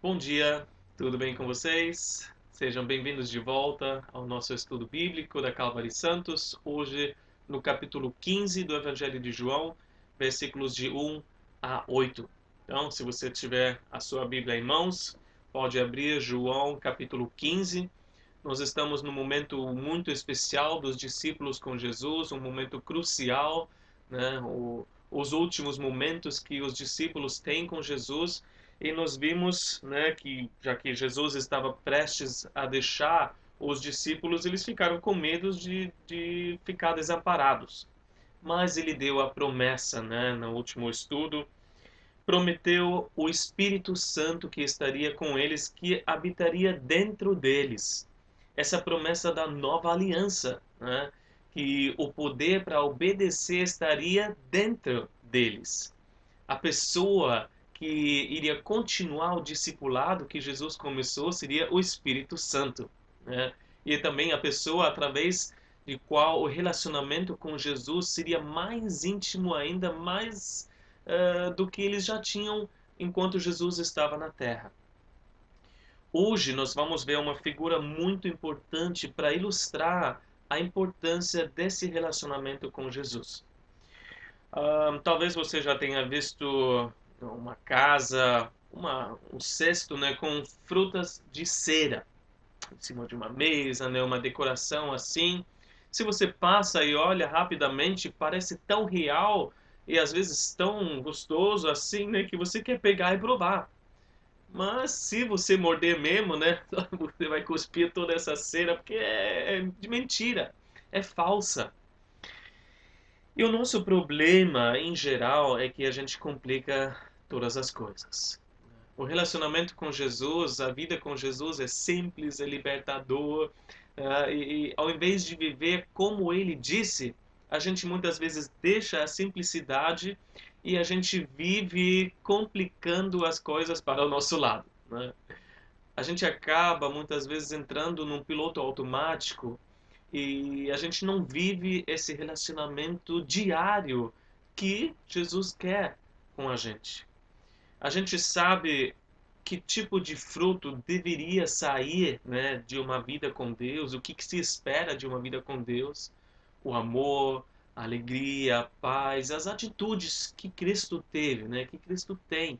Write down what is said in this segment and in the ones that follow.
Bom dia, tudo bem com vocês? Sejam bem-vindos de volta ao nosso estudo bíblico da Calvary Santos, hoje no capítulo 15 do Evangelho de João, versículos de 1 a 8. Então, se você tiver a sua Bíblia em mãos, pode abrir João capítulo 15. Nós estamos num momento muito especial dos discípulos com Jesus, um momento crucial, né? Os últimos momentos que os discípulos têm com Jesus, e nós vimos, né, que já que Jesus estava prestes a deixar os discípulos, eles ficaram com medo de ficar desamparados. Mas ele deu a promessa, né, no último estudo, prometeu o Espírito Santo que estaria com eles, que habitaria dentro deles. Essa promessa da nova aliança, né? Que o poder para obedecer estaria dentro deles. A pessoa que iria continuar o discipulado que Jesus começou seria o Espírito Santo, né? E também a pessoa através de qual o relacionamento com Jesus seria mais íntimo ainda, mais do que eles já tinham enquanto Jesus estava na Terra. Hoje nós vamos ver uma figura muito importante para ilustrar a importância desse relacionamento com Jesus. Talvez você já tenha visto uma casa, um cesto, né, com frutas de cera em cima de uma mesa, né, uma decoração assim. Se você passa e olha rapidamente, parece tão real e às vezes tão gostoso assim, né, que você quer pegar e provar. Mas se você morder mesmo, né, você vai cuspir toda essa cera porque é de mentira, é falsa. E o nosso problema, em geral, é que a gente complica todas as coisas. O relacionamento com Jesus, a vida com Jesus é simples, é libertador. E ao invés de viver como ele disse, a gente muitas vezes deixa a simplicidade e a gente vive complicando as coisas para o nosso lado, né? A gente acaba muitas vezes entrando num piloto automático e a gente não vive esse relacionamento diário que Jesus quer com a gente. A gente sabe que tipo de fruto deveria sair, né, de uma vida com Deus, o que se espera de uma vida com Deus, o amor, a alegria, a paz, as atitudes que Cristo teve, né, que Cristo tem.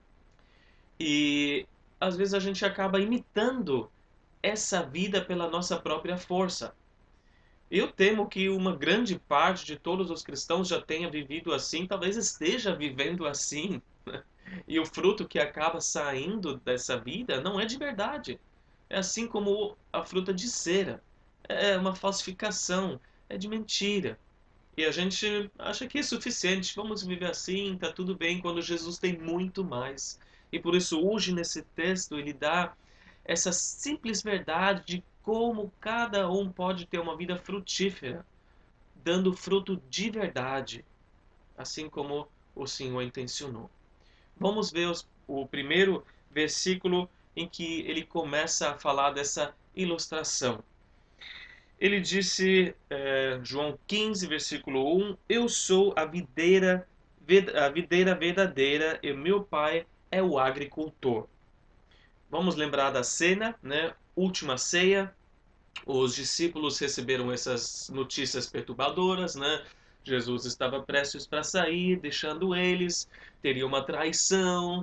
E às vezes a gente acaba imitando essa vida pela nossa própria força. Eu temo que uma grande parte de todos os cristãos já tenha vivido assim, talvez esteja vivendo assim, né? E o fruto que acaba saindo dessa vida não é de verdade. É assim como a fruta de cera. É uma falsificação, é de mentira. E a gente acha que é suficiente, vamos viver assim, está tudo bem, quando Jesus tem muito mais. E por isso hoje nesse texto ele dá essa simples verdade de como cada um pode ter uma vida frutífera, dando fruto de verdade, assim como o Senhor intencionou. Vamos ver o primeiro versículo em que ele começa a falar dessa ilustração. Ele disse, João 15, versículo 1, Eu sou a videira verdadeira e meu pai é o agricultor. Vamos lembrar da cena, né? Última ceia, os discípulos receberam essas notícias perturbadoras, né? Jesus estava prestes para sair, deixando eles, teria uma traição,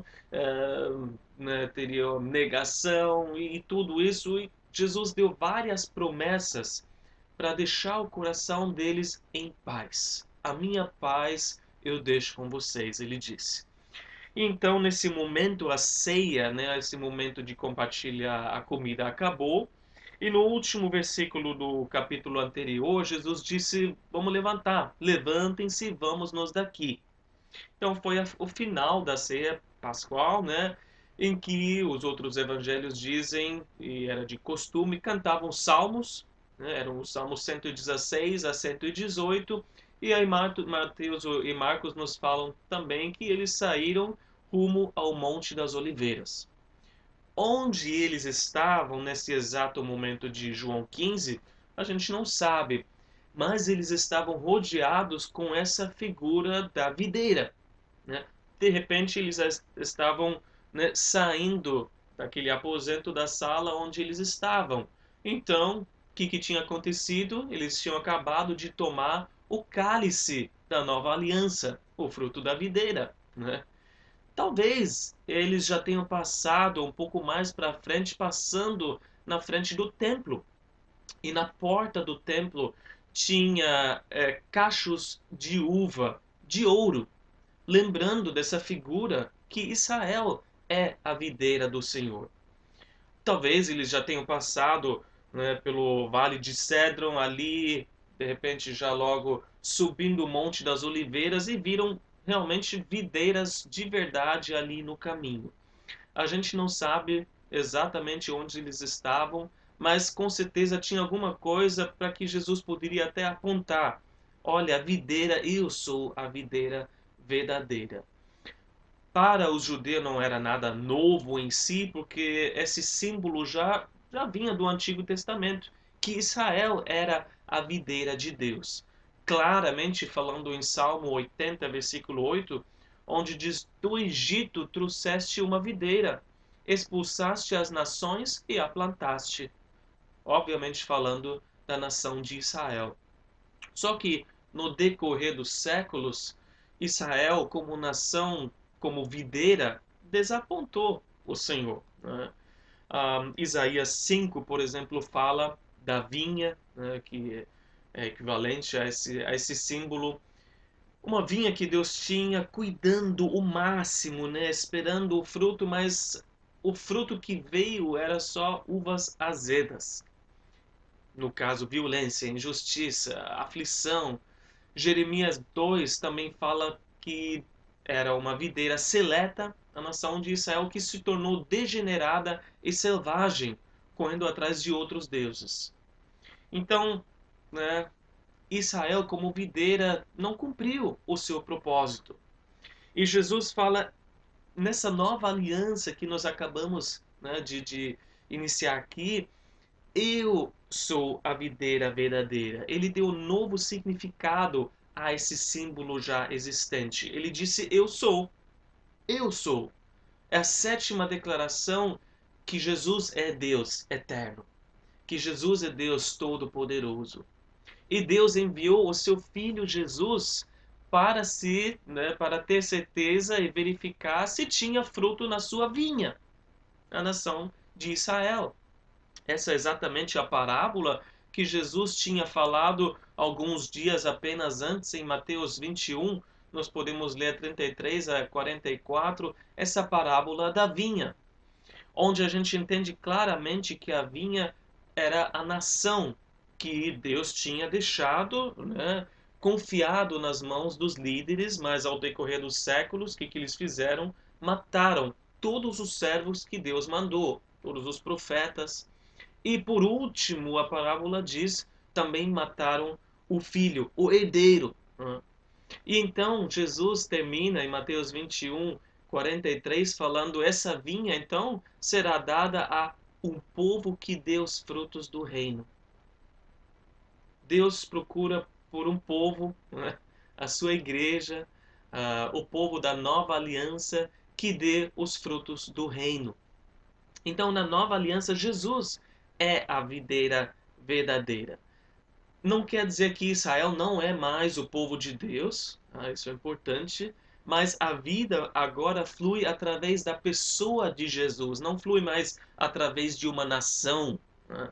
né? Teria negação e tudo isso. E Jesus deu várias promessas para deixar o coração deles em paz. A minha paz eu deixo com vocês, ele disse. E então, nesse momento, a ceia, né, esse momento de compartilhar a comida acabou. E no último versículo do capítulo anterior, Jesus disse: Vamos levantar, levantem-se, vamos nos daqui. Então, foi o final da ceia pascual, né, em que os outros evangelhos dizem, e era de costume, cantavam salmos, né, eram os salmos 116 a 118, e aí Mateus e Marcos nos falam também que eles saíram rumo ao Monte das Oliveiras. Onde eles estavam nesse exato momento de João 15, a gente não sabe, mas eles estavam rodeados com essa figura da videira, né? De repente eles estavam, né, saindo daquele aposento da sala onde eles estavam. Então, o que tinha acontecido? Eles tinham acabado de tomar o cálice da nova aliança, o fruto da videira, né? Talvez eles já tenham passado um pouco mais para frente, passando na frente do templo. E na porta do templo tinha cachos de uva de ouro, lembrando dessa figura que Israel é a videira do Senhor. Talvez eles já tenham passado, né, pelo Vale de Cédron ali, de repente já logo subindo o Monte das Oliveiras e viram realmente videiras de verdade ali no caminho. A gente não sabe exatamente onde eles estavam, mas com certeza tinha alguma coisa para que Jesus poderia até apontar. Olha, a videira, eu sou a videira verdadeira. Para os judeus não era nada novo em si, porque esse símbolo já vinha do Antigo Testamento, que Israel era a videira de Deus. Claramente falando em Salmo 80, versículo 8, onde diz: do Egito trouxeste uma videira, expulsaste as nações e a plantaste. Obviamente falando da nação de Israel. Só que no decorrer dos séculos, Israel, como nação, como videira, desapontou o Senhor, né? Isaías 5, por exemplo, fala da vinha, né, que é equivalente a esse símbolo. Uma vinha que Deus tinha cuidando o máximo, né, esperando o fruto, mas o fruto que veio era só uvas azedas. No caso, violência, injustiça, aflição. Jeremias 2 também fala que era uma videira seleta, a nação de Israel que se tornou degenerada e selvagem, correndo atrás de outros deuses. Então, né, Israel como videira não cumpriu o seu propósito. E Jesus fala nessa nova aliança que nós acabamos, né, de iniciar aqui, eu sou a videira verdadeira. Ele deu um novo significado a esse símbolo já existente. Ele disse: eu sou. Eu sou. É a sétima declaração que Jesus é Deus eterno, que Jesus é Deus todo-poderoso. E Deus enviou o seu filho Jesus para para ter certeza e verificar se tinha fruto na sua vinha, a nação de Israel. Essa é exatamente a parábola que Jesus tinha falado alguns dias apenas antes, em Mateus 21. Nós podemos ler 33 a 44, essa parábola da vinha, onde a gente entende claramente que a vinha era a nação que Deus tinha deixado, né, confiado nas mãos dos líderes, mas ao decorrer dos séculos, o que eles fizeram? Mataram todos os servos que Deus mandou, todos os profetas. E por último, a parábola diz, também mataram o filho, o herdeiro. E então Jesus termina em Mateus 21, 43, falando: essa vinha então será dada a um povo que dê os frutos do reino. Deus procura por um povo, né, a sua igreja, o povo da nova aliança, que dê os frutos do reino. Então, na nova aliança, Jesus é a videira verdadeira. Não quer dizer que Israel não é mais o povo de Deus, isso é importante, mas a vida agora flui através da pessoa de Jesus, não flui mais através de uma nação, né?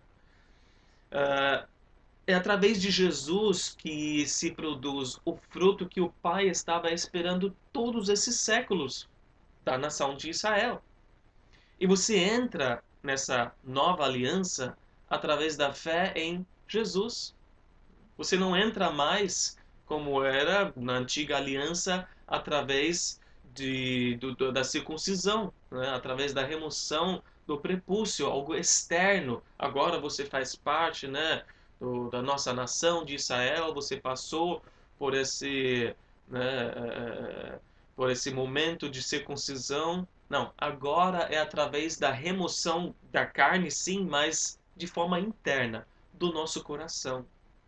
É através de Jesus que se produz o fruto que o Pai estava esperando todos esses séculos da nação de Israel. E você entra nessa nova aliança através da fé em Jesus. Você não entra mais como era na antiga aliança através da circuncisão, né? Através da remoção do prepúcio, algo externo. Agora você faz parte, né, da nossa nação de Israel, você passou por né, por esse momento de circuncisão. Não, agora é através da remoção da carne, sim, mas de forma interna, do nosso coração.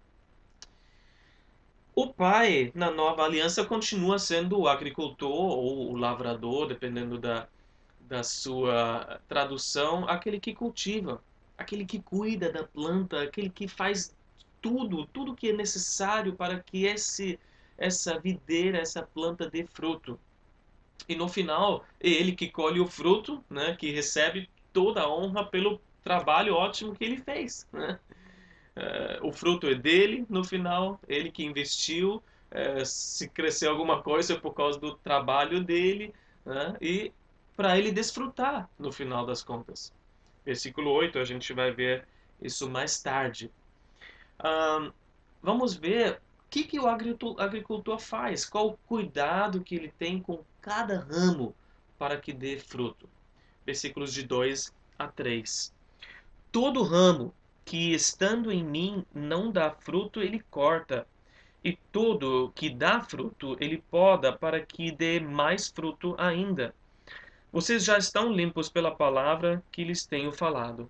O pai, na nova aliança, continua sendo o agricultor ou o lavrador, dependendo da sua tradução, aquele que cultiva, aquele que cuida da planta, aquele que faz tudo que é necessário para que essa videira, essa planta dê fruto. E no final, é ele que colhe o fruto, né, que recebe toda a honra pelo trabalho ótimo que ele fez, né? O fruto é dele, no final, ele que investiu, se cresceu alguma coisa por causa do trabalho dele, né? E para ele desfrutar, no final das contas. Versículo 8, a gente vai ver isso mais tarde. Vamos ver o que o agricultor faz, qual o cuidado que ele tem com cada ramo para que dê fruto. Versículos de 2 a 3. Todo ramo que estando em mim não dá fruto, ele corta, e todo que dá fruto, ele poda para que dê mais fruto ainda. Vocês já estão limpos pela palavra que lhes tenho falado.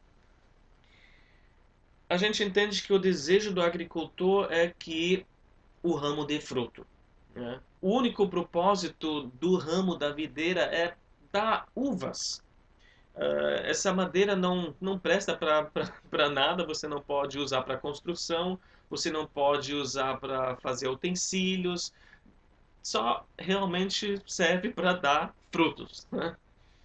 A gente entende que o desejo do agricultor é que o ramo dê fruto, né? O único propósito do ramo da videira é dar uvas. Essa madeira não presta para nada, você não pode usar para construção, você não pode usar para fazer utensílios, só realmente serve para dar frutos, né?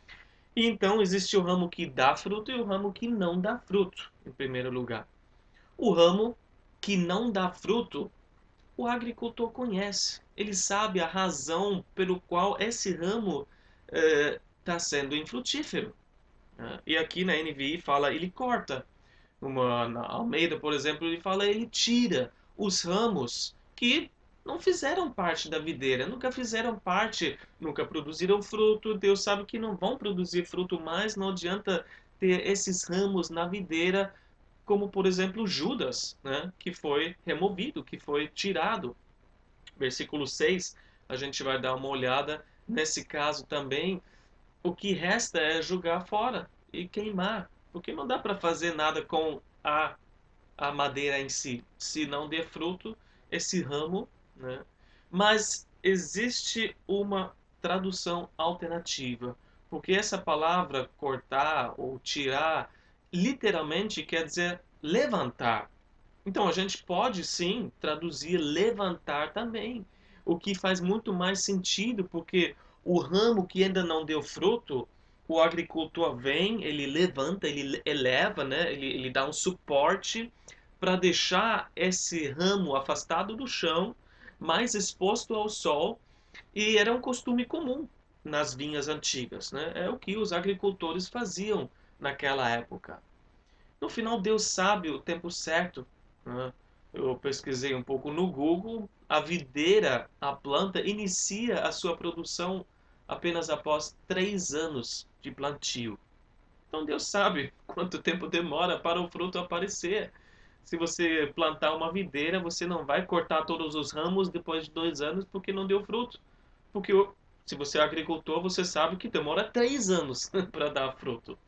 E então existe o ramo que dá fruto e o ramo que não dá fruto, em primeiro lugar. O ramo que não dá fruto, o agricultor conhece, ele sabe a razão pelo qual esse ramo está sendo infrutífero. E aqui na NVI fala ele corta. Na Almeida, por exemplo, ele fala ele tira os ramos que não fizeram parte da videira, nunca fizeram parte, nunca produziram fruto. Deus sabe que não vão produzir fruto mais, não adianta ter esses ramos na videira, como por exemplo Judas, né, que foi removido, que foi tirado. Versículo 6, a gente vai dar uma olhada. Nesse caso também, o que resta é jogar fora e queimar, porque não dá para fazer nada com a madeira em si, se não der fruto esse ramo, né? Mas existe uma tradução alternativa, porque essa palavra cortar ou tirar literalmente quer dizer levantar. Então a gente pode sim traduzir levantar também, o que faz muito mais sentido, porque o ramo que ainda não deu fruto, o agricultor vem, ele levanta, ele eleva, né? Ele dá um suporte para deixar esse ramo afastado do chão, mais exposto ao sol, e era um costume comum nas vinhas antigas, né? É o que os agricultores faziam naquela época. No final, Deus sabe o tempo certo, né? Eu pesquisei um pouco no Google. A videira, a planta, inicia a sua produção apenas após 3 anos de plantio. Então Deus sabe quanto tempo demora para o fruto aparecer. Se você plantar uma videira, você não vai cortar todos os ramos depois de 2 anos porque não deu fruto. Porque se você é agricultor, você sabe que demora 3 anos para dar fruto.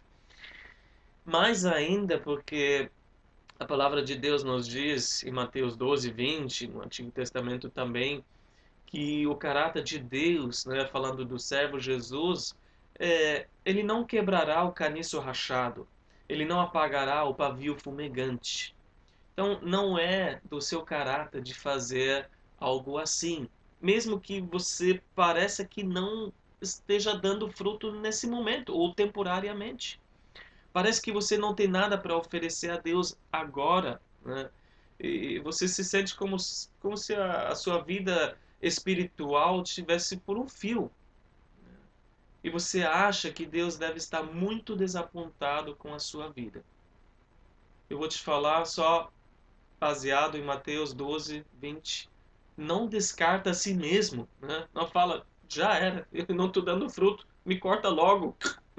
Mais ainda porque a palavra de Deus nos diz, em Mateus 12:20, no Antigo Testamento também, que o caráter de Deus, né, falando do servo Jesus, ele não quebrará o caniço rachado, ele não apagará o pavio fumegante. Então, não é do seu caráter de fazer algo assim, mesmo que você pareça que não esteja dando fruto nesse momento, ou temporariamente. Parece que você não tem nada para oferecer a Deus agora, né? E você se sente como se a sua vida espiritual tivesse por um fio. E você acha que Deus deve estar muito desapontado com a sua vida. Eu vou te falar só baseado em Mateus 12:20. Não descarta a si mesmo, né? Não fala, já era, eu não estou dando fruto, me corta logo.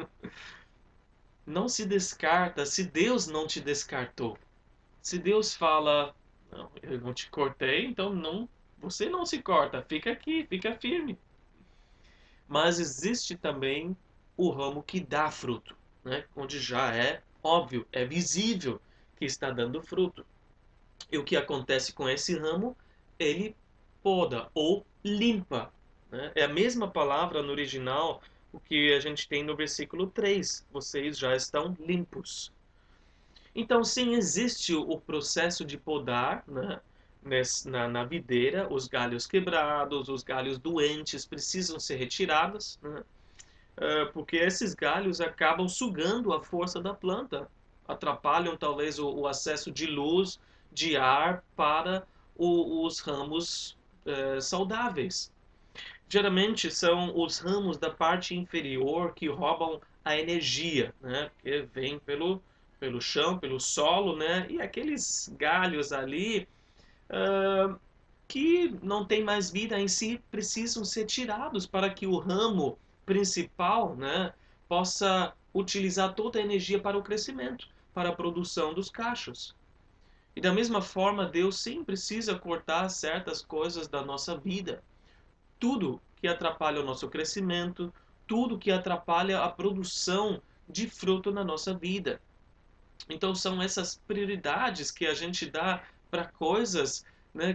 Não se descarta se Deus não te descartou. Se Deus fala, não, eu não te cortei, então não, você não se corta, fica aqui, fica firme. Mas existe também o ramo que dá fruto, né? Onde já é óbvio, é visível que está dando fruto. E o que acontece com esse ramo? Ele poda ou limpa, né? É a mesma palavra no original o que a gente tem no versículo 3. Vocês já estão limpos. Então, sim, existe o processo de podar, né? Na videira, os galhos quebrados, os galhos doentes precisam ser retirados, né? Porque esses galhos acabam sugando a força da planta, atrapalham talvez o acesso de luz, de ar para os ramos saudáveis. Geralmente são os ramos da parte inferior que roubam a energia, né? Que vem pelo chão, pelo solo, né? E aqueles galhos ali que não têm mais vida em si precisam ser tirados para que o ramo principal, né, possa utilizar toda a energia para o crescimento, para a produção dos cachos. E da mesma forma, Deus sim precisa cortar certas coisas da nossa vida. Tudo que atrapalha o nosso crescimento, tudo que atrapalha a produção de fruto na nossa vida. Então são essas prioridades que a gente dá para coisas, né,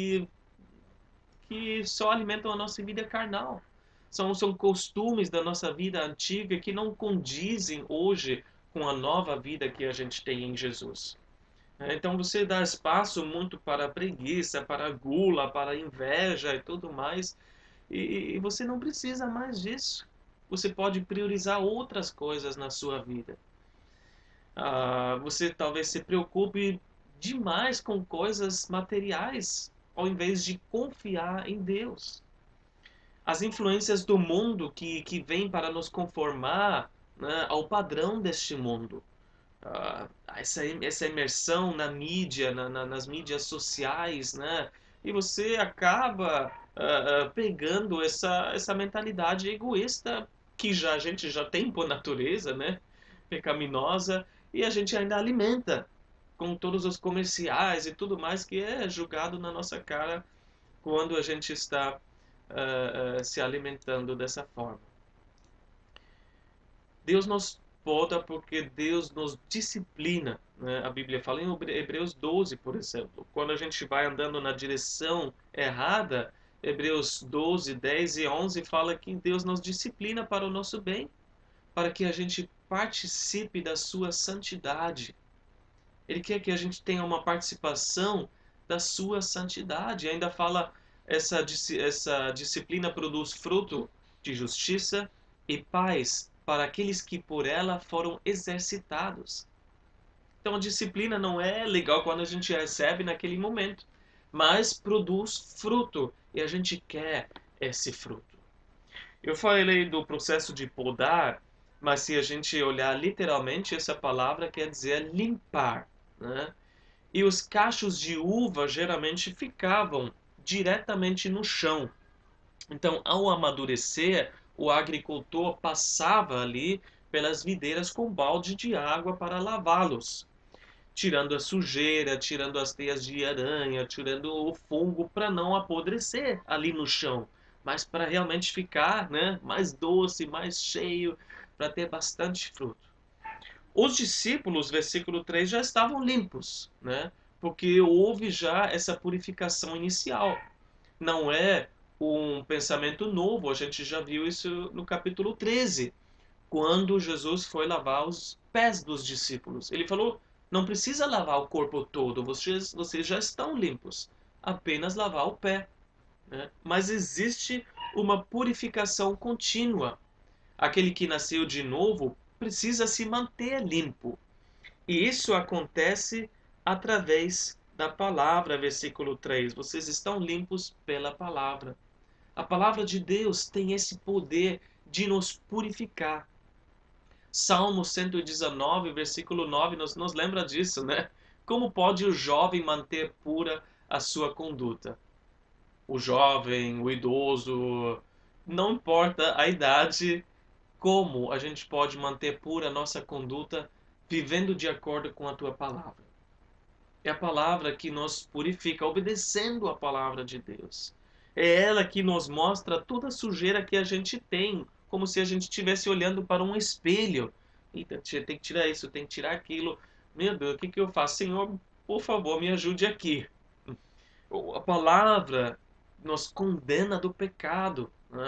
que só alimentam a nossa vida carnal. São costumes da nossa vida antiga que não condizem hoje com a nova vida que a gente tem em Jesus. Então você dá espaço muito para a preguiça, para a gula, para a inveja e tudo mais, e você não precisa mais disso. Você pode priorizar outras coisas na sua vida. Você talvez se preocupe demais com coisas materiais, ao invés de confiar em Deus. As influências do mundo que vêm para nos conformar, né, ao padrão deste mundo. Essa imersão na mídia, nas mídias sociais, né? E você acaba pegando essa mentalidade egoísta que a gente já tem por natureza, né? Pecaminosa, e a gente ainda alimenta com todos os comerciais e tudo mais que é jogado na nossa cara quando a gente está se alimentando dessa forma. Deus nos poda porque Deus nos disciplina, né? A Bíblia fala em Hebreus 12, por exemplo. Quando a gente vai andando na direção errada, Hebreus 12, 10 e 11 fala que Deus nos disciplina para o nosso bem, para que a gente participe da sua santidade. Ele quer que a gente tenha uma participação da sua santidade. Ainda fala essa disciplina produz fruto de justiça e paz para aqueles que por ela foram exercitados. Então a disciplina não é legal quando a gente recebe naquele momento, mas produz fruto e a gente quer esse fruto. Eu falei do processo de podar, mas se a gente olhar literalmente, essa palavra quer dizer limpar, né? E os cachos de uva geralmente ficavam diretamente no chão. Então, ao amadurecer, o agricultor passava ali pelas videiras com balde de água para lavá-los, tirando a sujeira, tirando as teias de aranha, tirando o fungo para não apodrecer ali no chão, mas para realmente ficar, né, mais doce, mais cheio, para ter bastante fruto. Os discípulos, versículo 3, já estavam limpos, né? Porque houve já essa purificação inicial. Não é um pensamento novo, a gente já viu isso no capítulo 13, quando Jesus foi lavar os pés dos discípulos. Ele falou: não precisa lavar o corpo todo, vocês já estão limpos, apenas lavar o pé, né? Mas existe uma purificação contínua. Aquele que nasceu de novo precisa se manter limpo. E isso acontece através da palavra, versículo 3. Vocês estão limpos pela palavra. A palavra de Deus tem esse poder de nos purificar. Salmo 119, versículo 9, nos lembra disso, né? Como pode o jovem manter pura a sua conduta? O jovem, o idoso, não importa a idade, como a gente pode manter pura a nossa conduta vivendo de acordo com a tua palavra. É a palavra que nos purifica, obedecendo a palavra de Deus. É ela que nos mostra toda a sujeira que a gente tem, como se a gente estivesse olhando para um espelho. Eita, tem que tirar isso, tem que tirar aquilo. Meu Deus, o que eu faço? Senhor, por favor, me ajude aqui. A palavra nos condena do pecado, né?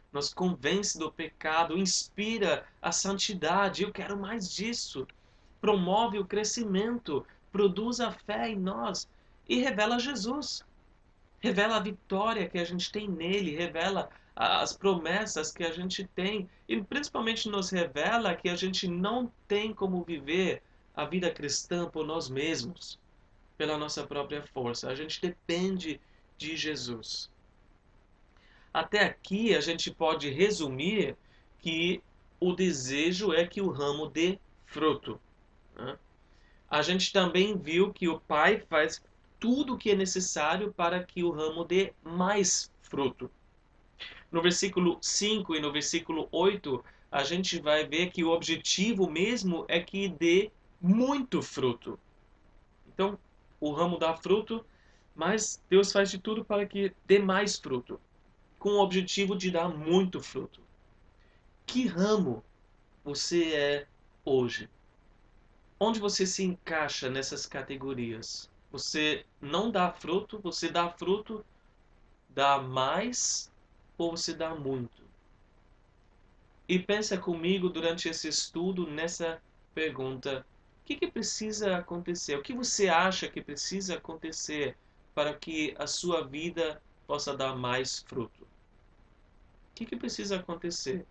nos convence do pecado, inspira a santidade. Eu quero mais disso. Promove o crescimento, produz a fé em nós e revela Jesus. Revela a vitória que a gente tem nele, revela as promessas que a gente tem e principalmente nos revela que a gente não tem como viver a vida cristã por nós mesmos, pela nossa própria força. A gente depende de Jesus. Até aqui a gente pode resumir que o desejo é que o ramo dê fruto, né? A gente também viu que o Pai faz tudo o que é necessário para que o ramo dê mais fruto. No versículo 5 e no versículo 8, a gente vai ver que o objetivo mesmo é que dê muito fruto. Então, o ramo dá fruto, mas Deus faz de tudo para que dê mais fruto, com o objetivo de dar muito fruto. Que ramo você é hoje? Onde você se encaixa nessas categorias? Você não dá fruto, você dá fruto, dá mais ou você dá muito? E pensa comigo durante esse estudo nessa pergunta: o que precisa acontecer? O que você acha que precisa acontecer para que a sua vida possa dar mais fruto? O que precisa acontecer?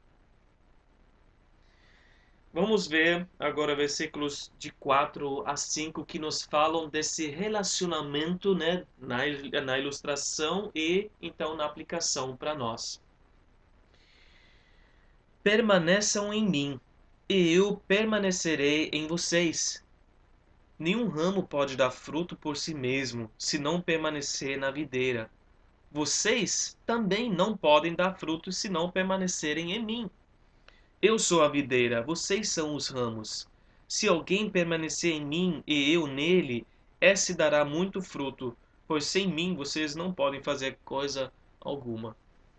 Vamos ver agora versículos de 4 a 5 que nos falam desse relacionamento, né, na ilustração e então na aplicação para nós. Permaneçam em mim, e eu permanecerei em vocês. Nenhum ramo pode dar fruto por si mesmo, se não permanecer na videira. Vocês também não podem dar fruto se não permanecerem em mim. Eu sou a videira, vocês são os ramos. Se alguém permanecer em mim e eu nele, esse dará muito fruto, pois sem mim vocês não podem fazer coisa alguma.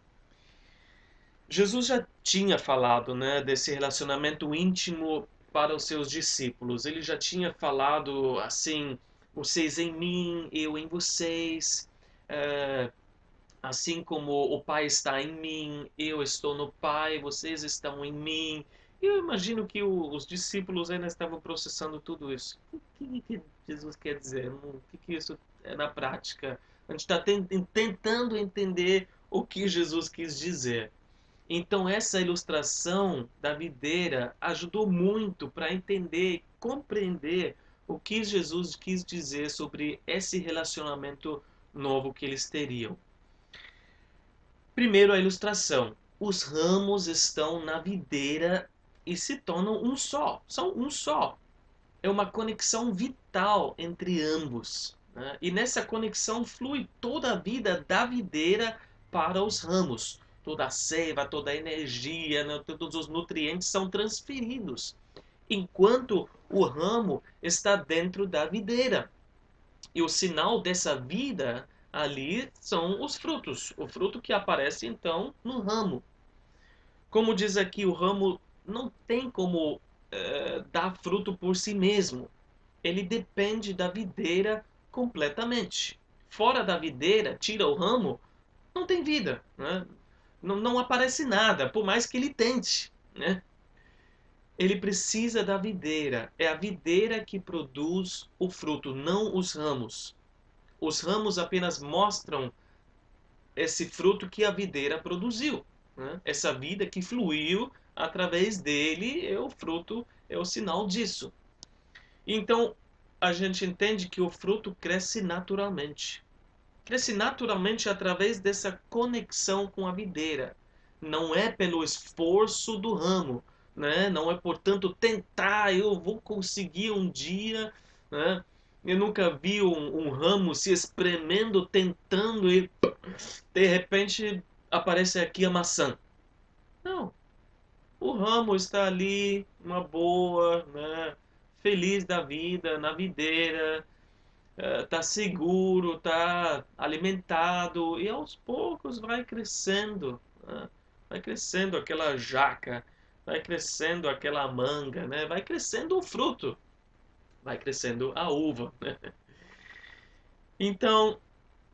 Jesus já tinha falado, né, desse relacionamento íntimo para os seus discípulos. Ele já tinha falado assim: vocês em mim, eu em vocês. Assim como o Pai está em mim, eu estou no Pai, vocês estão em mim. E eu imagino que os discípulos ainda estavam processando tudo isso. O que Jesus quer dizer? O que isso é na prática? A gente está tentando entender o que Jesus quis dizer. Então, essa ilustração da videira ajudou muito para entender, compreender o que Jesus quis dizer sobre esse relacionamento novo que eles teriam. Primeiro, a ilustração. Os ramos estão na videira e se tornam um só. São um só. É uma conexão vital entre ambos, né? E nessa conexão flui toda a vida da videira para os ramos. Toda a seiva, toda a energia, né? Todos os nutrientes são transferidos, enquanto o ramo está dentro da videira. E o sinal dessa vida ali são os frutos. O fruto que aparece então no ramo. Como diz aqui, o ramo não tem como dar fruto por si mesmo. Ele depende da videira completamente. Fora da videira, tira o ramo, não tem vida, né? Não aparece nada, por mais que ele tente, né? Ele precisa da videira. É a videira que produz o fruto, não os ramos. Os ramos apenas mostram esse fruto que a videira produziu, né? Essa vida que fluiu através dele é o fruto, é o sinal disso. Então, a gente entende que o fruto cresce naturalmente. Cresce naturalmente através dessa conexão com a videira. Não é pelo esforço do ramo, né? Não é, portanto, tentar, eu vou conseguir um dia, né? Eu nunca vi um ramo se espremendo, tentando e de repente aparece aqui a maçã. Não, o ramo está ali, uma boa, né? Feliz da vida, na videira, está seguro, está alimentado e aos poucos vai crescendo, né? Vai crescendo aquela jaca, vai crescendo aquela manga, né? Vai crescendo o fruto, vai crescendo a uva, né? Então,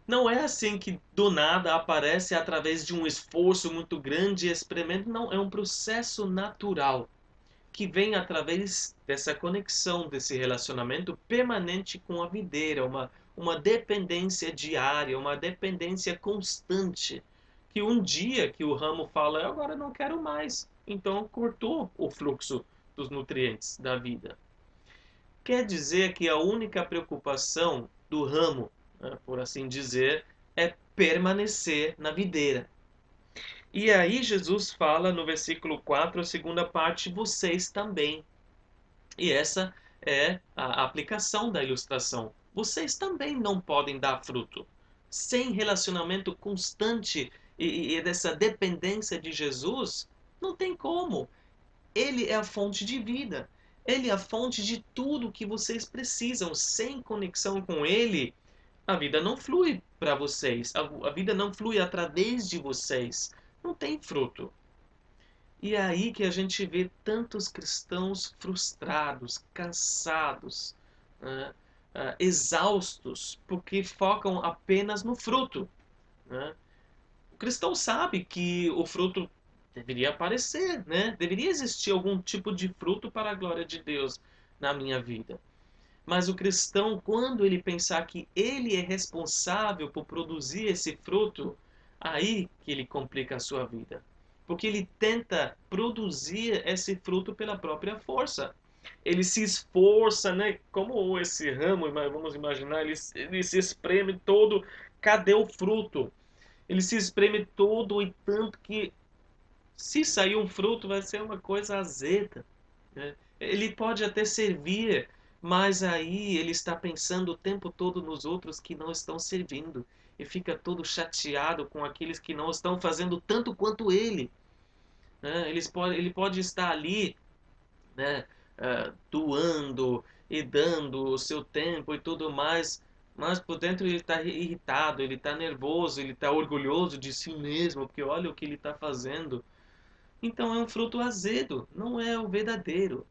Não é assim que do nada aparece através de um esforço muito grande, experimento. Não, é um processo natural que vem através dessa conexão, desse relacionamento permanente com a videira, uma dependência diária, uma dependência constante. Que um dia que o ramo fala, "Eu agora não quero mais", então cortou o fluxo dos nutrientes da vida. Quer dizer que a única preocupação do ramo, né, por assim dizer, é permanecer na videira. E aí Jesus fala no versículo 4, a segunda parte, vocês também. E essa é a aplicação da ilustração. Vocês também não podem dar fruto. Sem relacionamento constante e dessa dependência de Jesus, não tem como. Ele é a fonte de vida. Ele é a fonte de tudo que vocês precisam. Sem conexão com Ele, a vida não flui para vocês. A vida não flui através de vocês. Não tem fruto. E é aí que a gente vê tantos cristãos frustrados, cansados, né, exaustos, porque focam apenas no fruto. Né? O cristão sabe que o fruto deveria aparecer, né? Deveria existir algum tipo de fruto para a glória de Deus na minha vida. Mas o cristão, quando ele pensar que ele é responsável por produzir esse fruto, aí que ele complica a sua vida. Porque ele tenta produzir esse fruto pela própria força. Ele se esforça, né? Como esse ramo, vamos imaginar, ele se espreme todo. Cadê o fruto? Ele se espreme todo e tanto que, se sair um fruto, vai ser uma coisa azeda. Né? Ele pode até servir, mas aí ele está pensando o tempo todo nos outros que não estão servindo. E fica todo chateado com aqueles que não estão fazendo tanto quanto ele. Né? Ele pode estar ali, né, doando e dando o seu tempo e tudo mais, mas por dentro ele está irritado, ele está nervoso, ele está orgulhoso de si mesmo, porque olha o que ele está fazendo. Então é um fruto azedo, não é o verdadeiro.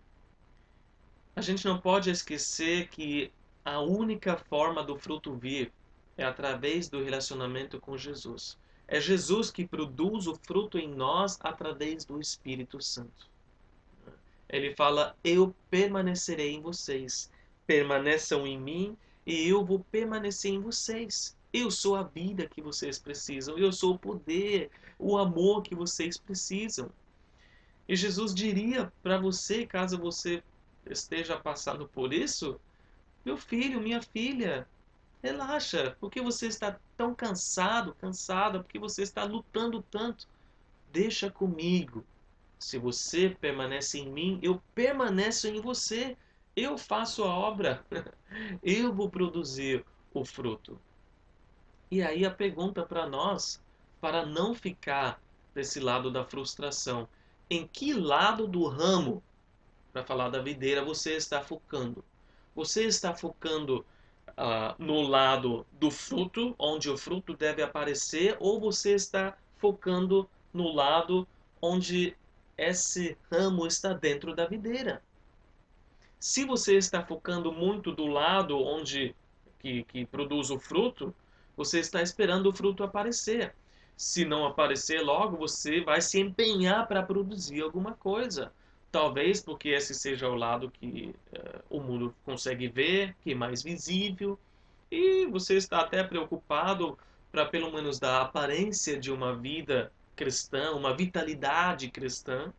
A gente não pode esquecer que a única forma do fruto vir é através do relacionamento com Jesus. É Jesus que produz o fruto em nós através do Espírito Santo. Ele fala: eu permanecerei em vocês, permaneçam em mim e eu vou permanecer em vocês. Eu sou a vida que vocês precisam, eu sou o poder, o amor que vocês precisam. E Jesus diria para você, caso você esteja passando por isso: meu filho, minha filha, relaxa, porque você está tão cansado, cansada, porque você está lutando tanto. Deixa comigo. Se você permanece em mim, eu permaneço em você. Eu faço a obra. Eu vou produzir o fruto. E aí a pergunta para nós, para não ficar desse lado da frustração: em que lado do ramo, para falar da videira, você está focando? Você está focando no lado do fruto, onde o fruto deve aparecer, ou você está focando no lado onde esse ramo está dentro da videira? Se você está focando muito do lado onde que produz o fruto, você está esperando o fruto aparecer. Se não aparecer logo, você vai se empenhar para produzir alguma coisa. Talvez porque esse seja o lado que o mundo consegue ver, que é mais visível, e você está até preocupado para pelo menos dar a aparência de uma vida cristã, uma vitalidade cristã.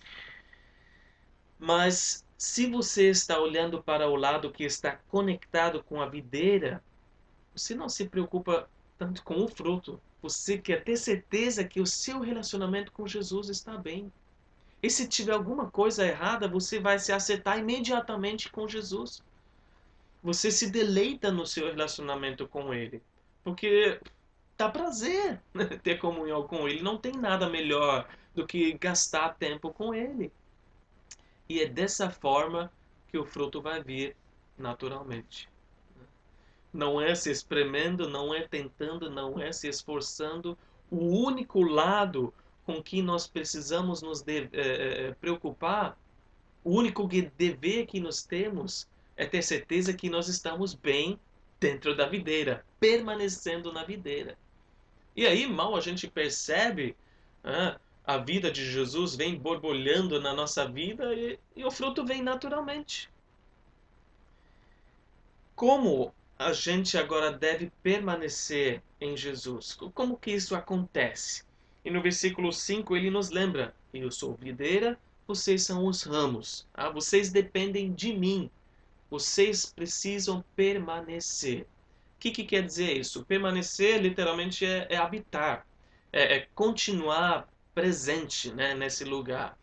Mas se você está olhando para o lado que está conectado com a videira, você não se preocupa tanto com o fruto. Você quer ter certeza que o seu relacionamento com Jesus está bem. E se tiver alguma coisa errada, você vai se acertar imediatamente com Jesus. Você se deleita no seu relacionamento com Ele. Porque dá prazer, né, ter comunhão com Ele. Não tem nada melhor do que gastar tempo com Ele. E é dessa forma que o fruto vai vir naturalmente. Não é se espremendo, não é tentando, não é se esforçando. O único lado com que nós precisamos nos preocupar, o único dever que nós temos é ter certeza que nós estamos bem dentro da videira, permanecendo na videira. E aí, mal a gente percebe, a vida de Jesus vem borbulhando na nossa vida e o fruto vem naturalmente. Como a gente agora deve permanecer em Jesus? Como que isso acontece? E no versículo 5 ele nos lembra: eu sou videira, vocês são os ramos. Vocês dependem de mim. Vocês precisam permanecer. O que quer dizer isso? Permanecer literalmente é habitar, é continuar presente, né, nesse lugar,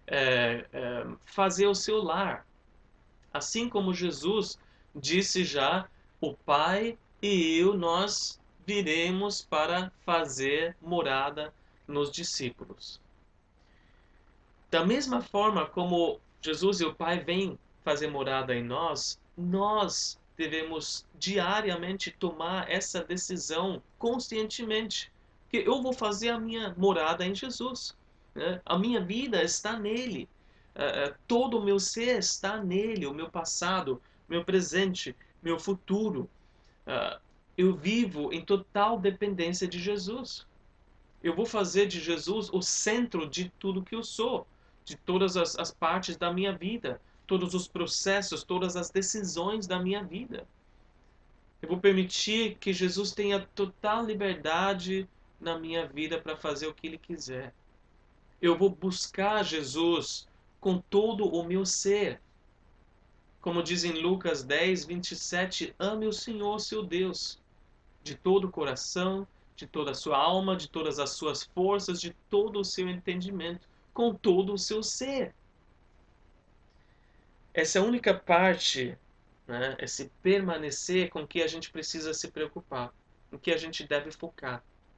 fazer o seu lar. Assim como Jesus disse já, o Pai e eu, nós viremos para fazer morada nos discípulos. Da mesma forma como Jesus e o Pai vêm fazer morada em nós, nós devemos diariamente tomar essa decisão conscientemente, que eu vou fazer a minha morada em Jesus, né? A minha vida está nele. Todo o meu ser está nele, o meu passado, meu presente, meu futuro. Eu vivo em total dependência de Jesus. Eu vou fazer de Jesus o centro de tudo que eu sou, de todas as partes da minha vida, todos os processos, todas as decisões da minha vida. Eu vou permitir que Jesus tenha total liberdade na minha vida para fazer o que Ele quiser. Eu vou buscar Jesus com todo o meu ser. Como diz em Lucas 10, 27, ame o Senhor, seu Deus, de todo o coração, de toda a sua alma, de todas as suas forças, de todo o seu entendimento, com todo o seu ser. Essa é a única parte, né, esse permanecer com que a gente precisa se preocupar, em que a gente deve focar.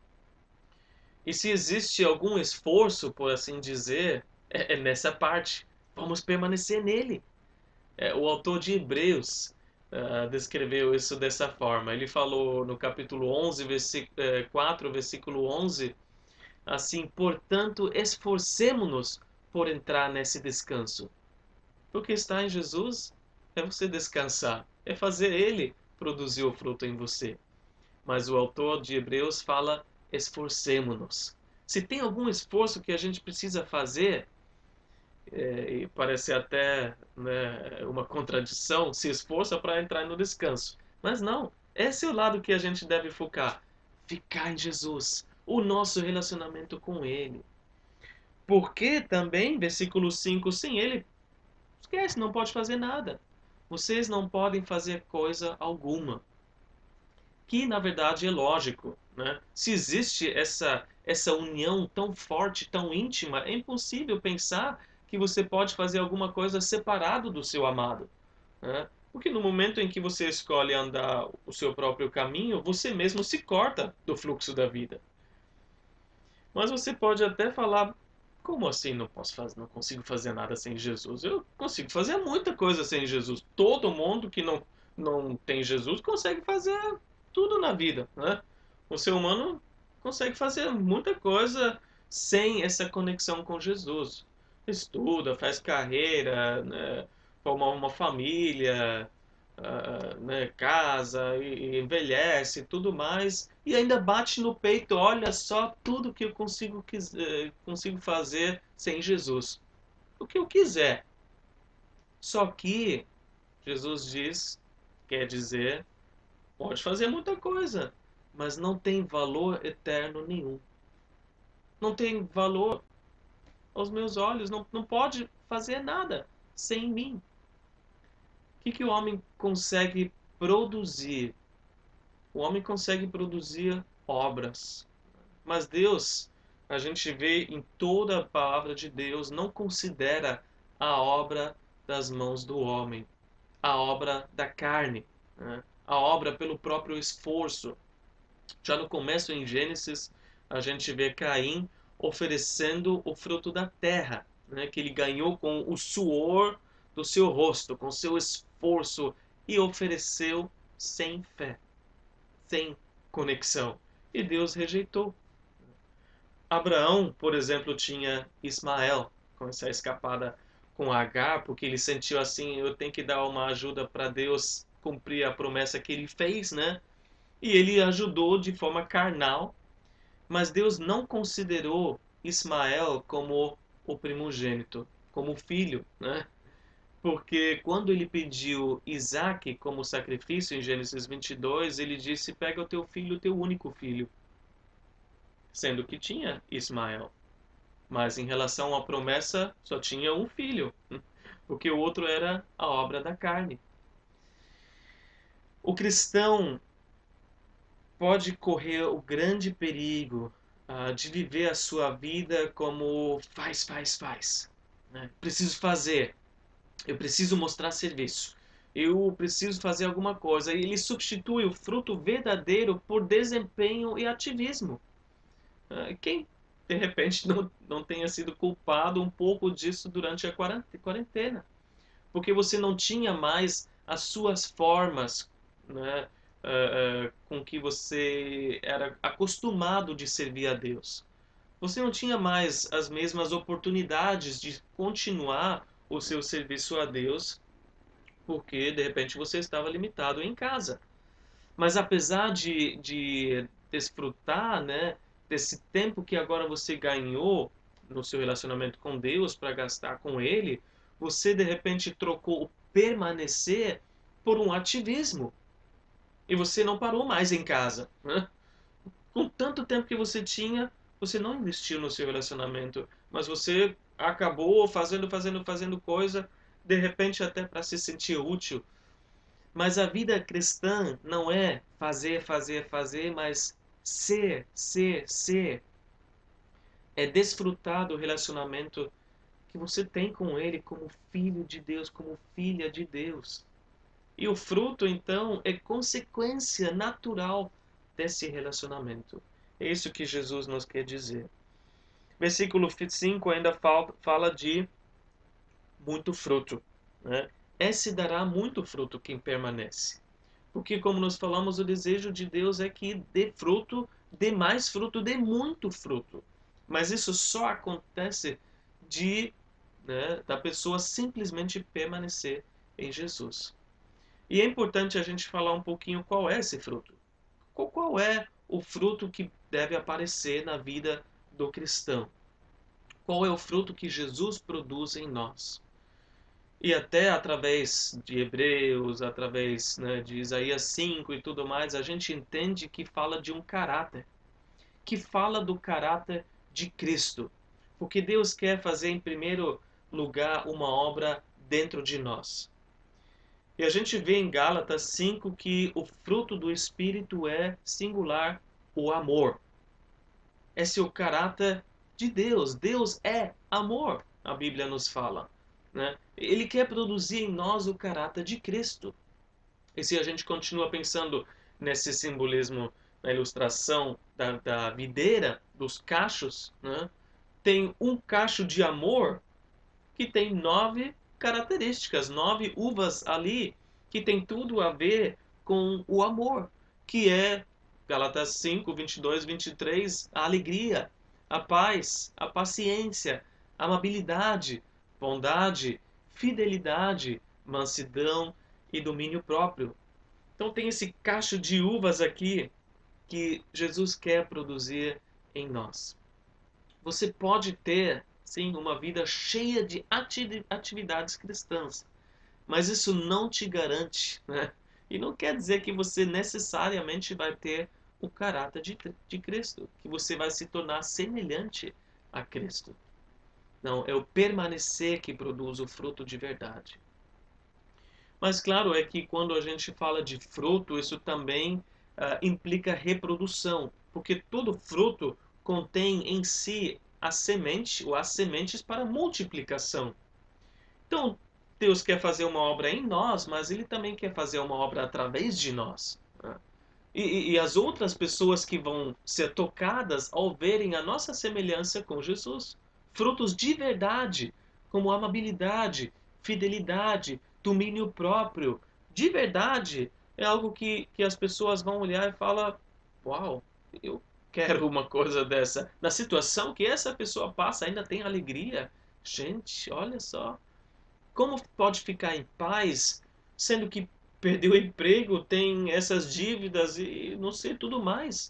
E se existe algum esforço, por assim dizer, é nessa parte. Vamos permanecer nele. O autor de Hebreus descreveu isso dessa forma. Ele falou no capítulo 11, 4, versículo 11, assim, portanto, esforcemo-nos por entrar nesse descanso. Porque está em Jesus é você descansar, é fazer Ele produzir o fruto em você. Mas o autor de Hebreus fala, esforcemo-nos. Se tem algum esforço que a gente precisa fazer, e parece até, né, uma contradição, se esforça para entrar no descanso. Mas não, esse é o lado que a gente deve focar. Ficar em Jesus, o nosso relacionamento com Ele. Porque também, versículo 5, sem Ele, esquece, não pode fazer nada. Vocês não podem fazer coisa alguma. Que, na verdade, é lógico, né? Se existe essa união tão forte, tão íntima, é impossível pensar que você pode fazer alguma coisa separado do seu amado, né? Porque no momento em que você escolhe andar o seu próprio caminho, você mesmo se corta do fluxo da vida. Mas você pode até falar, como assim não posso fazer, não consigo fazer nada sem Jesus? Eu consigo fazer muita coisa sem Jesus. Todo mundo que não tem Jesus consegue fazer tudo na vida, né? O ser humano consegue fazer muita coisa sem essa conexão com Jesus. Estuda, faz carreira, né? Forma uma família, né? Casa, e envelhece, tudo mais, e ainda bate no peito, olha só tudo que eu consigo fazer sem Jesus. O que eu quiser. Só que Jesus quer dizer, pode fazer muita coisa, mas não tem valor eterno nenhum. Não tem valor aos meus olhos, não pode fazer nada sem mim. O que o homem consegue produzir? O homem consegue produzir obras, mas Deus, a gente vê em toda a palavra de Deus, não considera a obra das mãos do homem, a obra da carne, né? A obra pelo próprio esforço. Já no começo, em Gênesis, a gente vê Caim oferecendo o fruto da terra, né? Que ele ganhou com o suor do seu rosto, com o seu esforço, e ofereceu sem fé, sem conexão. E Deus rejeitou. Abraão, por exemplo, tinha Ismael, com essa escapada com Agar, porque ele sentiu assim, eu tenho que dar uma ajuda para Deus cumprir a promessa que ele fez, né? E ele ajudou de forma carnal, mas Deus não considerou Ismael como o primogênito, como filho, né? Porque quando ele pediu Isaque como sacrifício em Gênesis 22, ele disse: pega o teu filho, o teu único filho, sendo que tinha Ismael. Mas em relação à promessa, só tinha um filho, porque o outro era a obra da carne. O cristão pode correr o grande perigo de viver a sua vida como faz, né? Preciso fazer, eu preciso mostrar serviço, eu preciso fazer alguma coisa. E ele substitui o fruto verdadeiro por desempenho e ativismo. Quem, de repente, não tenha sido culpado um pouco disso durante a quarentena? Porque você não tinha mais as suas formas, né, com que você era acostumado de servir a Deus. Você não tinha mais as mesmas oportunidades de continuar o seu serviço a Deus, porque de repente você estava limitado em casa. Mas apesar de desfrutar, né, desse tempo que agora você ganhou no seu relacionamento com Deus para gastar com Ele, você de repente trocou o permanecer por um ativismo. E você não parou mais em casa, né? Com tanto tempo que você tinha, você não investiu no seu relacionamento, mas você acabou fazendo coisa, de repente até para se sentir útil. Mas a vida cristã não é fazer, mas ser. É desfrutar do relacionamento que você tem com Ele como filho de Deus, como filha de Deus. E o fruto, então, é consequência natural desse relacionamento. É isso que Jesus nos quer dizer. Versículo 5 ainda fala de muito fruto, né? Esse dará muito fruto quem permanece. Porque, como nós falamos, o desejo de Deus é que dê fruto, dê mais fruto, dê muito fruto. Mas isso só acontece da pessoa simplesmente permanecer em Jesus. E é importante a gente falar um pouquinho qual é esse fruto. Qual é o fruto que deve aparecer na vida do cristão? Qual é o fruto que Jesus produz em nós? E até através de Hebreus, através, né, de Isaías 5 e tudo mais, a gente entende que fala de um caráter, que fala do caráter de Cristo. Porque Deus quer fazer, em primeiro lugar, uma obra dentro de nós. E a gente vê em Gálatas 5 que o fruto do Espírito é singular, o amor. Esse é o caráter de Deus. Deus é amor, a Bíblia nos fala, né? Ele quer produzir em nós o caráter de Cristo. E se a gente continua pensando nesse simbolismo, na ilustração da videira, dos cachos, né? Tem um cacho de amor que tem 9 características, 9 uvas ali, que tem tudo a ver com o amor, que é Gálatas 5, 22, 23, a alegria, a paz, a paciência, a amabilidade, bondade, fidelidade, mansidão e domínio próprio. Então tem esse cacho de uvas aqui que Jesus quer produzir em nós. Você pode ter, sim, uma vida cheia de atividades cristãs, mas isso não te garante, né? E não quer dizer que você necessariamente vai ter o caráter de Cristo, que você vai se tornar semelhante a Cristo. Não, é o permanecer que produz o fruto de verdade. Mas claro é que quando a gente fala de fruto, isso também implica reprodução, porque todo fruto contém em si a semente ou as sementes para multiplicação. Então, Deus quer fazer uma obra em nós, mas Ele também quer fazer uma obra através de nós, né? E as outras pessoas que vão ser tocadas ao verem a nossa semelhança com Jesus. Frutos de verdade, como amabilidade, fidelidade, domínio próprio. De verdade, é algo que as pessoas vão olhar e falar: uau, eu quero uma coisa dessa. Na situação que essa pessoa passa, ainda tem alegria. Gente, olha só. Como pode ficar em paz, sendo que perdeu o emprego, tem essas dívidas e não sei tudo mais.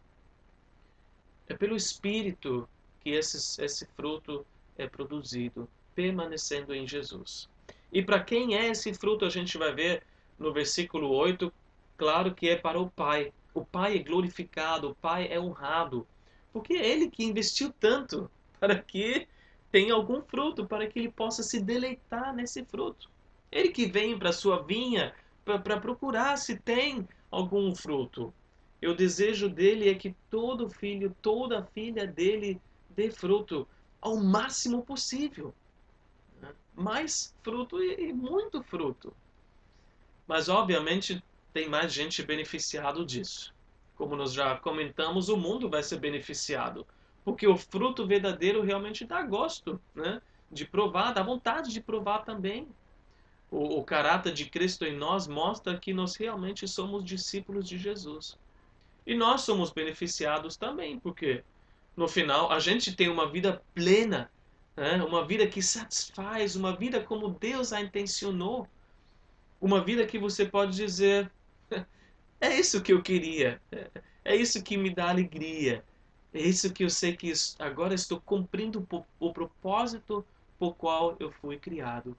É pelo Espírito que esse fruto é produzido, permanecendo em Jesus. E para quem é esse fruto, a gente vai ver no versículo 8, claro que é para o Pai. O Pai é glorificado, o Pai é honrado, porque é Ele que investiu tanto para que tenha algum fruto, para que Ele possa se deleitar nesse fruto. Ele que vem para a sua vinha para procurar se tem algum fruto. E o desejo dele é que todo filho, toda filha dele dê fruto ao máximo possível. Né? Mais fruto e muito fruto. Mas, obviamente, tem mais gente beneficiado disso. Como nós já comentamos, o mundo vai ser beneficiado. Porque o fruto verdadeiro realmente dá gosto, né? De provar, dá vontade de provar também. O caráter de Cristo em nós mostra que nós realmente somos discípulos de Jesus. E nós somos beneficiados também, porque no final a gente tem uma vida plena, né? Uma vida que satisfaz, uma vida como Deus a intencionou, uma vida que você pode dizer: é isso que eu queria, é isso que me dá alegria, é isso que eu sei que agora estou cumprindo o propósito por qual eu fui criado.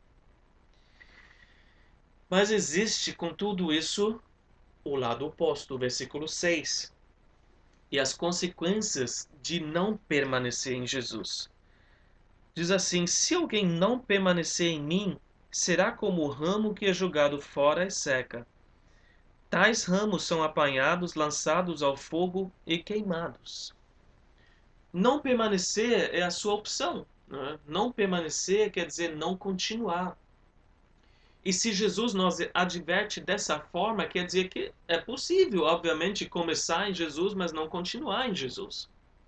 Mas existe, com tudo isso, o lado oposto, o versículo 6. E as consequências de não permanecer em Jesus. Diz assim: se alguém não permanecer em mim, será como o ramo que é jogado fora e seca. Tais ramos são apanhados, lançados ao fogo e queimados. Não permanecer é a sua opção. Né? Não permanecer quer dizer não continuar. E se Jesus nos adverte dessa forma, quer dizer que é possível, obviamente, começar em Jesus, mas não continuar em Jesus.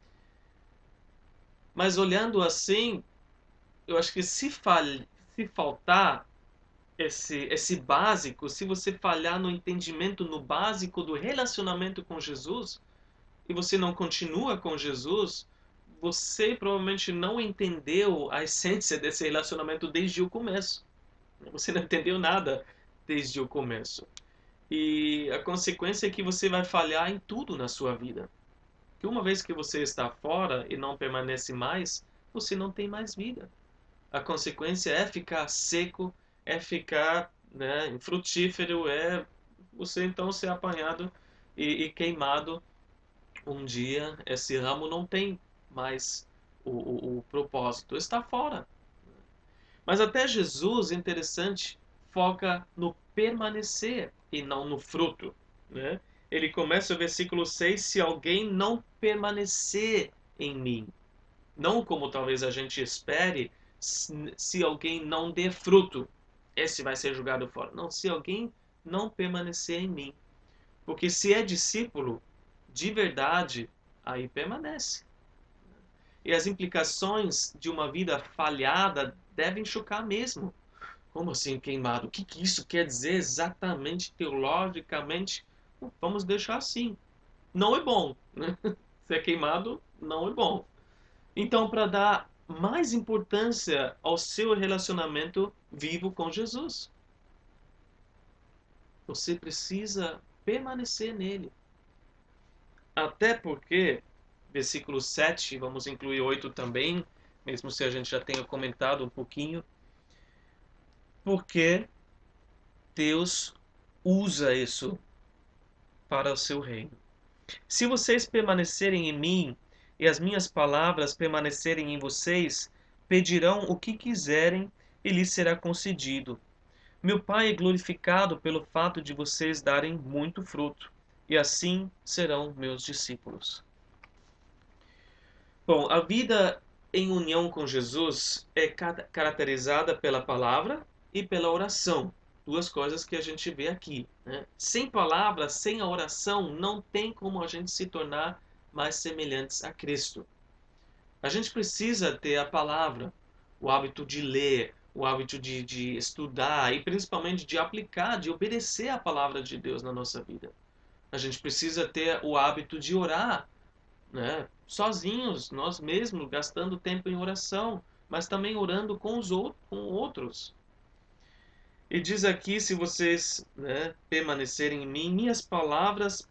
Mas olhando assim, eu acho que se faltar esse básico, se você falhar no entendimento, no básico do relacionamento com Jesus, e você não continua com Jesus, você provavelmente não entendeu a essência desse relacionamento desde o começo. Você não entendeu nada desde o começo. E a consequência é que você vai falhar em tudo na sua vida. Que uma vez que você está fora e não permanece mais, você não tem mais vida. A consequência é ficar seco, é ficar, né, infrutífero, é você então ser apanhado e queimado. Um dia esse ramo não tem mais o propósito, está fora. Mas até Jesus, interessante, foca no permanecer e não no fruto. Né? Ele começa o versículo 6, se alguém não permanecer em mim. Não como talvez a gente espere, se alguém não der fruto, esse vai ser julgado fora. Não, se alguém não permanecer em mim. Porque se é discípulo de verdade, aí permanece. E as implicações de uma vida falhada devem chocar mesmo. Como assim queimado? O que isso quer dizer exatamente teologicamente? Vamos deixar assim. Não é bom. Né? Ser queimado não é bom. Então, para dar mais importância ao seu relacionamento vivo com Jesus, você precisa permanecer nele. Até porque, versículo 7, vamos incluir 8 também, mesmo se a gente já tenha comentado um pouquinho, porque Deus usa isso para o seu reino. Se vocês permanecerem em mim e as minhas palavras permanecerem em vocês, pedirão o que quiserem e lhes será concedido. Meu Pai é glorificado pelo fato de vocês darem muito fruto, e assim serão meus discípulos. Bom, a vida em união com Jesus é caracterizada pela palavra e pela oração. Duas coisas que a gente vê aqui. Né? Sem palavra, sem a oração, não tem como a gente se tornar mais semelhantes a Cristo. A gente precisa ter a palavra, o hábito de ler, o hábito de estudar e principalmente de aplicar, de obedecer a palavra de Deus na nossa vida. A gente precisa ter o hábito de orar, né? Sozinhos, nós mesmos, gastando tempo em oração, mas também orando com com outros. E diz aqui, se vocês, né, permanecerem em mim, minhas palavras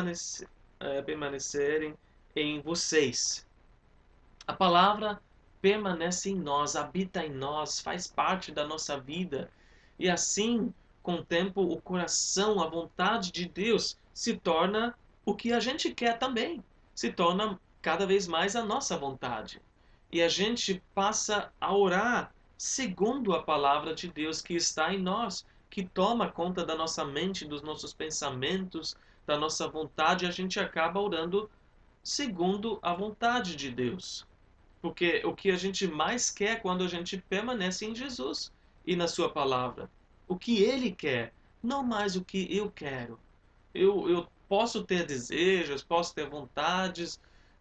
permanecerem em vocês. A palavra permanece em nós, habita em nós, faz parte da nossa vida. E assim, com o tempo, o coração, a vontade de Deus se torna o que a gente quer também. Se torna cada vez mais a nossa vontade. E a gente passa a orar segundo a palavra de Deus que está em nós, que toma conta da nossa mente, dos nossos pensamentos, da nossa vontade, e a gente acaba orando segundo a vontade de Deus. Porque o que a gente mais quer quando a gente permanece em Jesus e na sua palavra. O que Ele quer, não mais o que eu quero. Eu posso ter desejos, posso ter vontades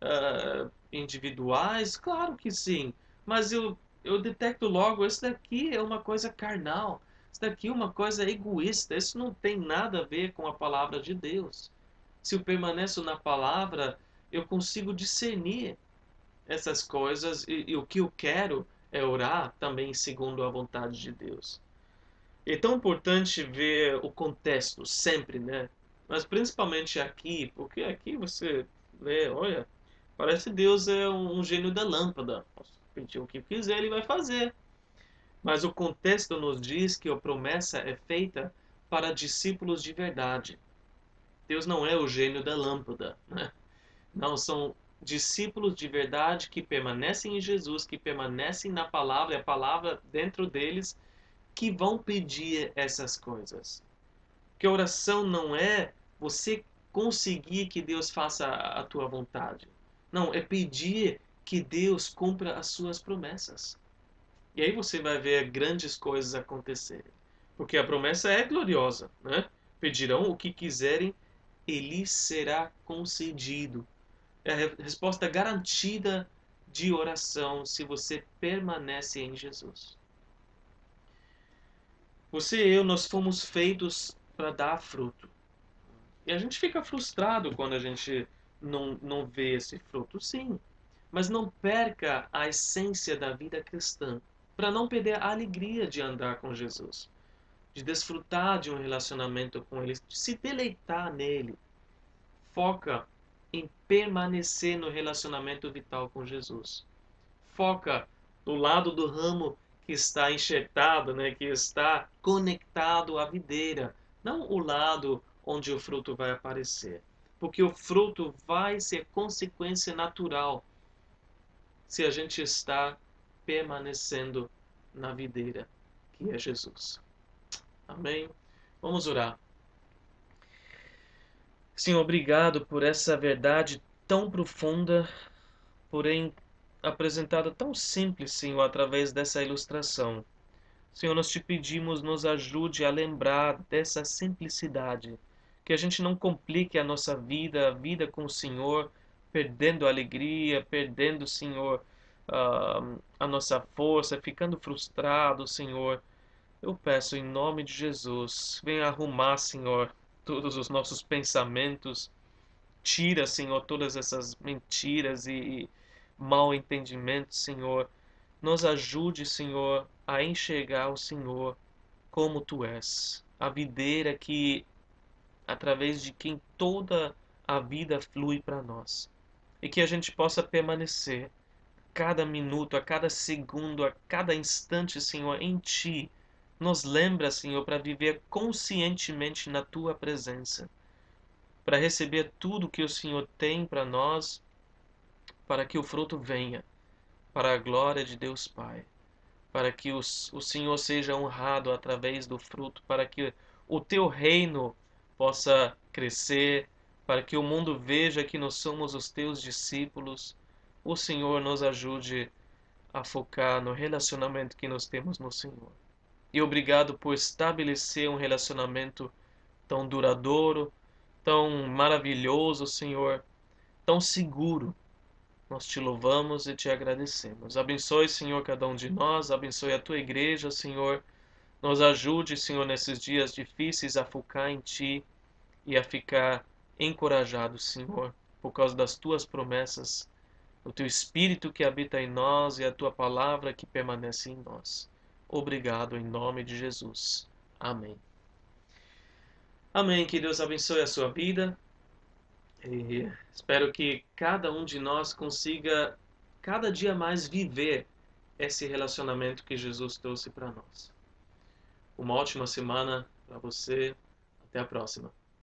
individuais, claro que sim. Mas eu detecto logo, isso daqui é uma coisa carnal. Isso daqui é uma coisa egoísta. Isso não tem nada a ver com a palavra de Deus. Se eu permaneço na palavra, eu consigo discernir essas coisas e o que eu quero é orar também segundo a vontade de Deus. É tão importante ver o contexto sempre, né? Mas principalmente aqui, porque aqui você vê, olha, parece que Deus é um gênio da lâmpada. Posso pedir o que quiser, ele vai fazer. Mas o contexto nos diz que a promessa é feita para discípulos de verdade. Deus não é o gênio da lâmpada, né? Não, são discípulos de verdade que permanecem em Jesus, que permanecem na palavra, e a palavra dentro deles, que vão pedir essas coisas. Que a oração não é você conseguir que Deus faça a tua vontade. Não, é pedir que Deus cumpra as suas promessas. E aí você vai ver grandes coisas acontecerem. Porque a promessa é gloriosa, né? Pedirão o que quiserem, e lhes será concedido. É a resposta garantida de oração se você permanece em Jesus. Você e eu, nós fomos feitos para dar fruto. E a gente fica frustrado quando a gente não vê esse fruto, sim. Mas não perca a essência da vida cristã, para não perder a alegria de andar com Jesus, de desfrutar de um relacionamento com Ele, de se deleitar nele. Foca em permanecer no relacionamento vital com Jesus. Foca no lado do ramo que está enxertado, né, que está conectado à videira, não o lado onde o fruto vai aparecer. Porque o fruto vai ser consequência natural se a gente está permanecendo na videira, que é Jesus. Amém? Vamos orar. Senhor, obrigado por essa verdade tão profunda, porém apresentada tão simples, Senhor, através dessa ilustração. Senhor, nós te pedimos, nos ajude a lembrar dessa simplicidade, que a gente não complique a nossa vida, a vida com o Senhor, perdendo a alegria, perdendo, Senhor, a nossa força, ficando frustrado, Senhor. Eu peço em nome de Jesus, venha arrumar, Senhor, todos os nossos pensamentos, tira, Senhor, todas essas mentiras e mal entendimentos, Senhor. Nos ajude, Senhor, a enxergar o Senhor como Tu és, a videira que, através de quem toda a vida flui para nós. E que a gente possa permanecer cada minuto, a cada segundo, a cada instante, Senhor, em Ti. Nos lembra, Senhor, para viver conscientemente na Tua presença, para receber tudo que o Senhor tem para nós, para que o fruto venha, para a glória de Deus Pai, para que o Senhor seja honrado através do fruto, para que o Teu reino possa crescer, para que o mundo veja que nós somos os Teus discípulos. O Senhor nos ajude a focar no relacionamento que nós temos no Senhor. E obrigado por estabelecer um relacionamento tão duradouro, tão maravilhoso, Senhor, tão seguro. Nós te louvamos e te agradecemos. Abençoe, Senhor, cada um de nós, abençoe a tua igreja, Senhor. Nos ajude, Senhor, nesses dias difíceis a focar em ti e a ficar encorajado, Senhor, por causa das tuas promessas, o teu Espírito que habita em nós e a tua palavra que permanece em nós. Obrigado em nome de Jesus. Amém. Amém. Que Deus abençoe a sua vida. E espero que cada um de nós consiga cada dia mais viver esse relacionamento que Jesus trouxe para nós. Uma ótima semana para você. Até a próxima.